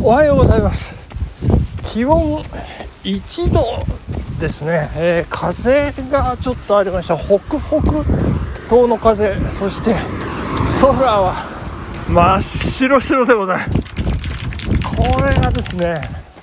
おはようございます。気温1度ですね、風がちょっとありました。北北東の風、そして空は真っ白白でございます。これがですね、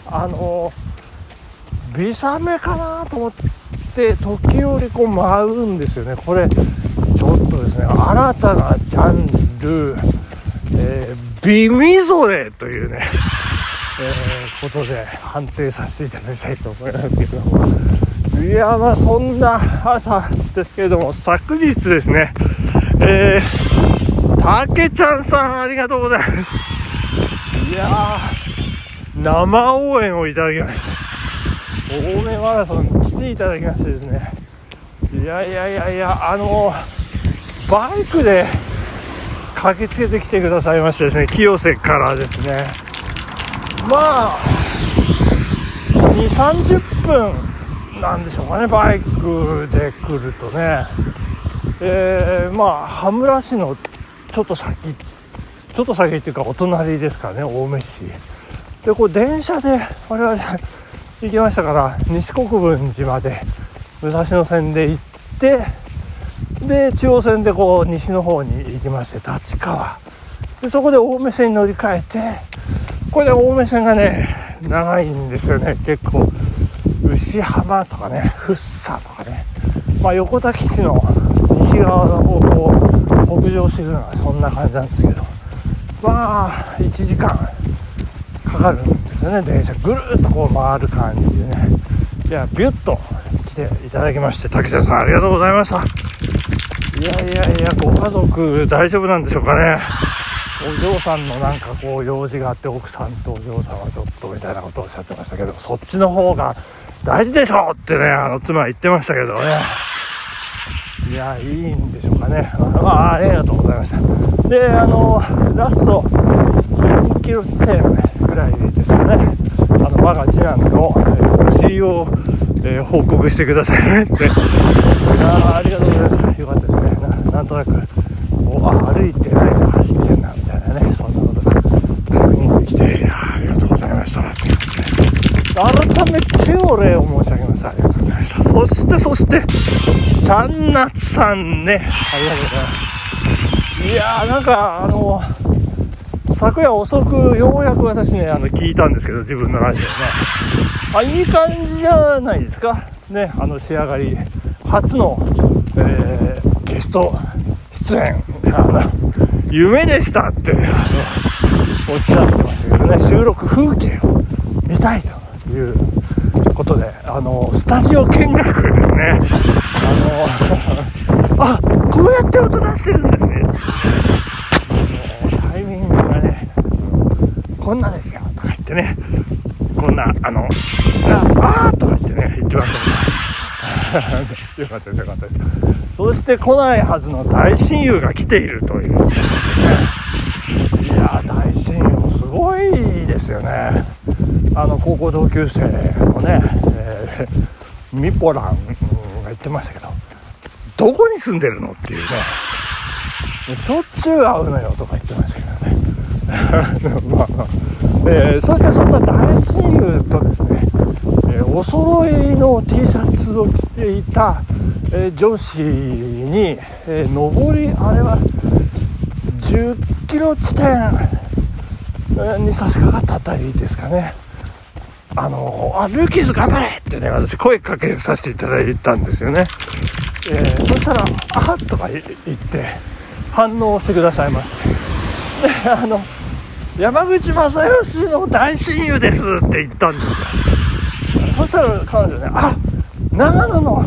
微雨かなと思って時折こう舞うんですよね。これちょっとですね、新たなジャンル、微みぞれというね、ことで判定させていただきたいと思いますけども、いやまあそんな朝ですけれども、昨日ですね、たけちゃんさんありがとうございます。いや生応援をいただきました。青梅マラソンに来ていただきましてですね、いやバイクで駆けつけてきてくださいましてですね、清瀬からですね、まあ 2,30 分なんでしょうかね、バイクで来るとね、まあ羽村市のちょっと先っていうかお隣ですからね、青梅市で、こう電車で我々行きましたから、西国分寺まで武蔵野線で行って、で中央線でこう西の方に行きまして、立川で、そこで青梅線に乗り換えて、これで青梅線がね長いんですよね。結構牛浜とかね、福生とかね、まあ、横田基地の西側をこう北上しているのはそんな感じなんですけど、まあ1時間かかるんですよね、電車ぐるっとこう回る感じでね。いやビュッと来ていただきまして、竹田さんありがとうございました。いやご家族大丈夫なんでしょうかね。お嬢さんのなんかこう用事があって、奥さんとお嬢さんはちょっとみたいなことをおっしゃってましたけど、そっちの方が大事でしょうってね、妻は言ってましたけどね。いやいいんでしょうかね。ありがとうございました。でラスト4キロ地点ぐらいですかね、我が次男の無事を、報告してくださいまして、ありがとうございます。よかったですね。なんとなくこう歩いてないの走ってんなみたいなね、そんなことが確認できて、ありがとうございましたっていうことで、改めてお礼を申し上げます。ありがとうございました。そしてちゃんなつさんね、ありがとうございます。いやなんか昨夜遅くようやく私ね聞いたんですけど、自分のラジオね、いい感じじゃないですかね。仕上がり初の、ゲスト出演夢でしたっておっしゃってましたけどね、収録風景を見たいということで、スタジオ見学ですね。こうやって音出してるんですね。タイミングがね、こんなですよとか言ってね、こんなとか言ってね言ってましたね。よかったです。そして来ないはずの大親友が来ているという、ね、いや大親友もすごいですよね。高校同級生のね、ミポランが言ってましたけど、どこに住んでるのっていうね、しょっちゅう会うのよとか言ってましたけどね。そしてそんな大親友とですね、お揃いの T シャツを着ていた、女子に、上りあれは10キロ地点に差し掛かったあたりですかね。ルーキーズ頑張れってね、私声かけさせていただいたんですよね。そしたらとか言って反応してくださいまして、で山口正義の大親友ですって言ったんですよ。そしたら彼女ね、長野の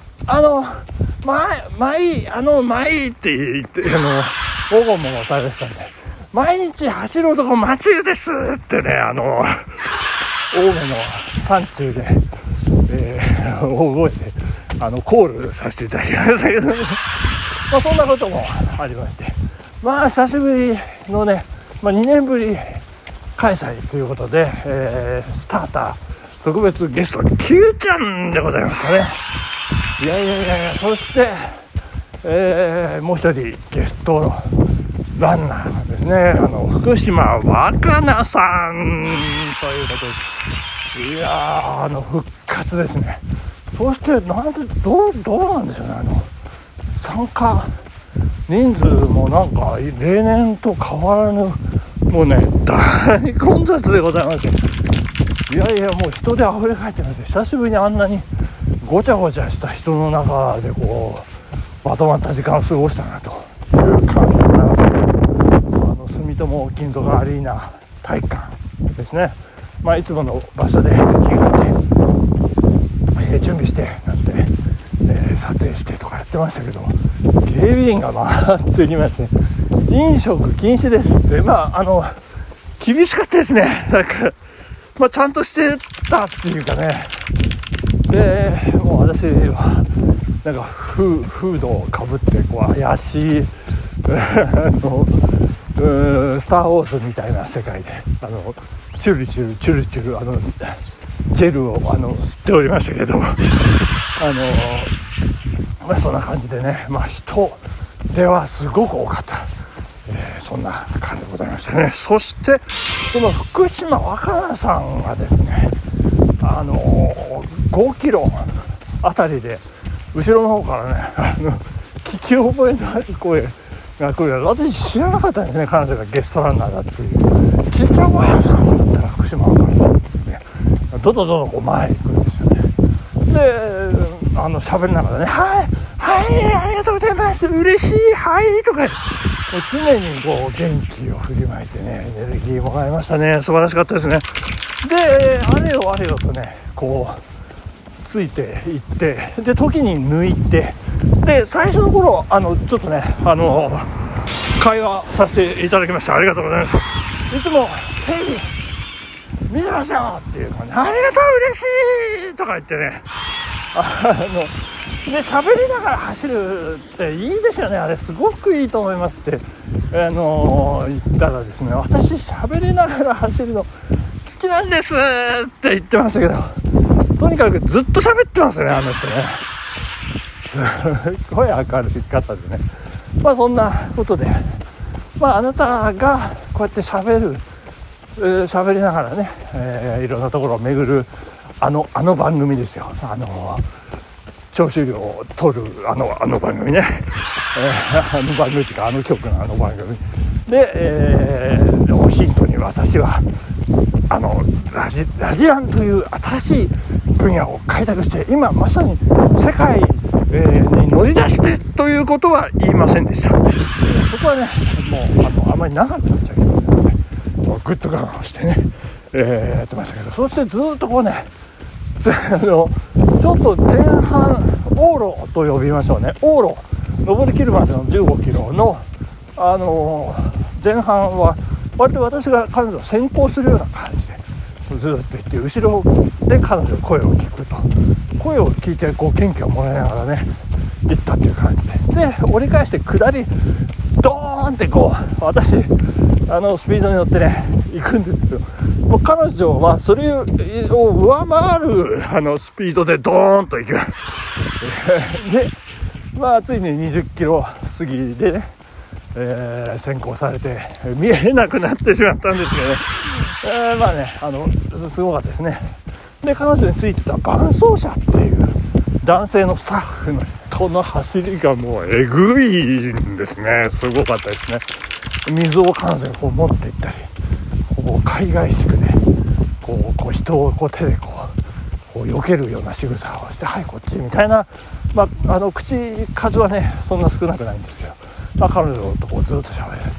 前って言ってもごもごされてたんで、毎日走る男松湯ですってね、青梅の山中で、大声でコールさせていただきましたけど、ね、そんなこともありまして、久しぶりのね、2年ぶり開催ということで、スターター特別ゲスト Q ちゃんでございましたね。いやそして、もう一人ゲストランナーですですね、福島若菜さんということで、いや復活ですね。そしてなんでどうなんでしょうね、参加人数もなんか例年と変わらぬ、もうね大混雑でございます。いやいや、もう人で溢れ返ってます。久しぶりにあんなにごちゃごちゃした人の中でこうまとまった時間を過ごしたなという感じでございます。住友金属アリーナ体育館ですね、いつもの場所で着替えて、準備してなんて、撮影してとかやってましたけど、警備員が回ってきまして、飲食禁止ですって、厳しかったですね。なんか、ちゃんとしてたっていうかね。で、もう私はなんかフードをかぶってこう怪しいスター・ウォーズみたいな世界でチュルチュルチェルを吸っておりましたけれども、そんな感じでね、人ではすごく多かった、そんな感じでございましたね。そしてその福島若菜さんがですね、5キロあたりで後ろの方からね聞き覚えのある声が来る。私知らなかったんですね、彼女がゲストランナーだっていう。聞き覚えあるなと思ったら福島若菜さんね、どんどんこう前に行くんですよね。で喋りながらね、はいありがとうございます、嬉しい、はいとか常にこう元気を振りまいてね、エネルギーもらいましたね。素晴らしかったですね。であれよとねこうついていって、で時に抜いて、で最初の頃ちょっとね会話させていただきました。ありがとうございます。いつもテレビ見てますよっていう感じで、ありがとう嬉しいとか言ってね、で喋りながら走るっていいですよね。あれすごくいいと思いますって言ったらですね、私喋りながら走るの好きなんですって言ってましたけど、とにかくずっと喋ってますよね、あの人ね。すっごい明るい方でね。そんなことで、あなたがこうやって喋りながらね、いろんなところを巡るあの番組ですよ。聴取料を取るあの番組ね、番組っていうか曲の番組で、ヒントに私はラジランという新しい分野を開拓して、今まさに世界、に乗り出してということは言いませんでした。そこはねもうあまり長くなっちゃいけませんので、グッと我慢してね、やってましたけど、そしてずっとこうねちょっと前半往路と呼びましょうね、往路登り切るまでの15キロの前半は割と私が彼女を先行するような感じでずっと行って、後ろで彼女の声を聞くと、声を聞いてこう元気をもらいながらね行ったっていう感じで、折り返して下りドーンってこう私スピードに乗ってね行くんですけど、もう彼女はそれを上回るスピードでドーンと行くでついに20キロ過ぎでね、先行されて見えなくなってしまったんですけどね、すごかったですね。で彼女についてた伴走者っていう男性のスタッフの人の走りがもうえぐいんですね。すごかったですね。水を彼女がこう持っていったり、こう海外式でこう人をこう手でこう避けるような仕草をして、はいこっちみたいな、口数はねそんな少なくないんですけど、彼女とこうずっと喋って、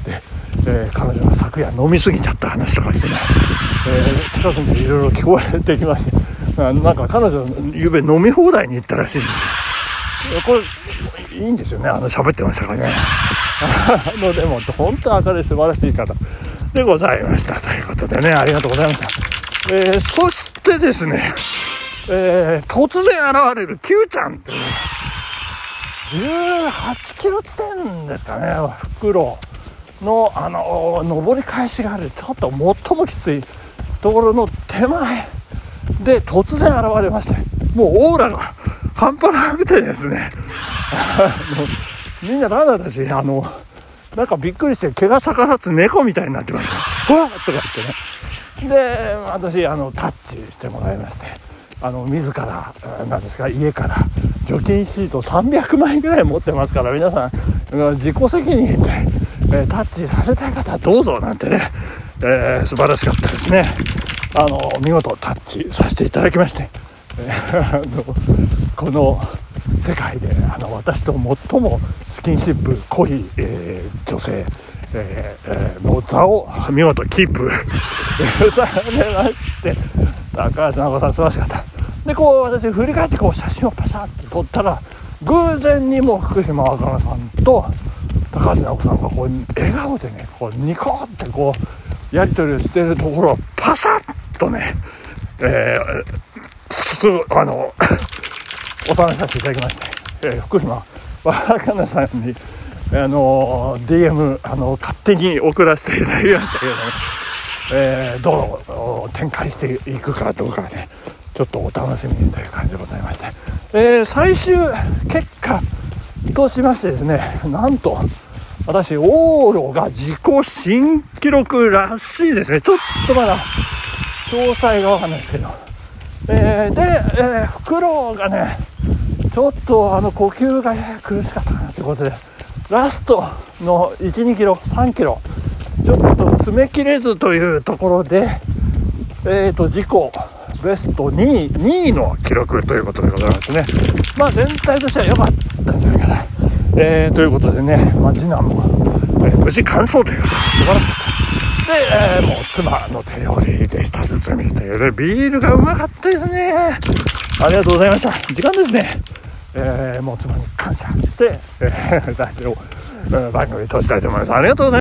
彼女が昨夜飲み過ぎちゃった話とかですね、近くにいろいろ聞こえてきまして、なんか彼女ゆうべ飲み放題に行ったらしいんですよ。これいいんですよね、喋ってましたからねでも本当明るい素晴らしい方でございましたということでね、ありがとうございました。そしてですね、突然現れる Q ちゃんっていう18キロ地点ですかね、袋の上り返しがあるちょっと最もきついところの手前で突然現れまして、もうオーラが半端なくてですねみんなランナーたちなんかびっくりして毛が逆立つ猫みたいになってましたわっとか言ってね。で私タッチしてもらいまして、自らなんですか、家から除菌シート300枚ぐらい持ってますから、皆さん自己責任で、タッチされたい方はどうぞなんてね、素晴らしかったですね。見事タッチさせていただきまして、この世界で私と最もスキンシップ濃い、女性、の座を見事キープされまして、高橋尚子さん素晴らしかった。でこう私振り返ってこう写真をパシャって撮ったら、偶然にも福島あかねさんと高橋尚子さんがこう笑顔でね、こうニコってこうやり取りをしているところをパシャッとね、収めさせていただきまして、福島あかねさんにDM 勝手に送らせていただきましたけどね、どう展開していくかどうかね、ちょっとお楽しみにという感じでございまして、最終結果としましてですね、なんと私往路が自己新記録らしいですね。ちょっとまだ詳細が分かんないですけど、フクロウがねちょっと呼吸が苦しかったかなということで、ラストの 1,2 キロ3キロちょっと詰めきれずというところで、自己ベスト2位の記録ということでございますね。まあ全体としては良かったんじゃないかな、ということでね、次男も、無事完走ということで素晴らしかったで、もう妻の手料理でした包みというね、ビールがうまかったですね。ありがとうございました。時間ですね。もう妻に感謝して、ラジオ番組を通したいと思います。ありがとうございます。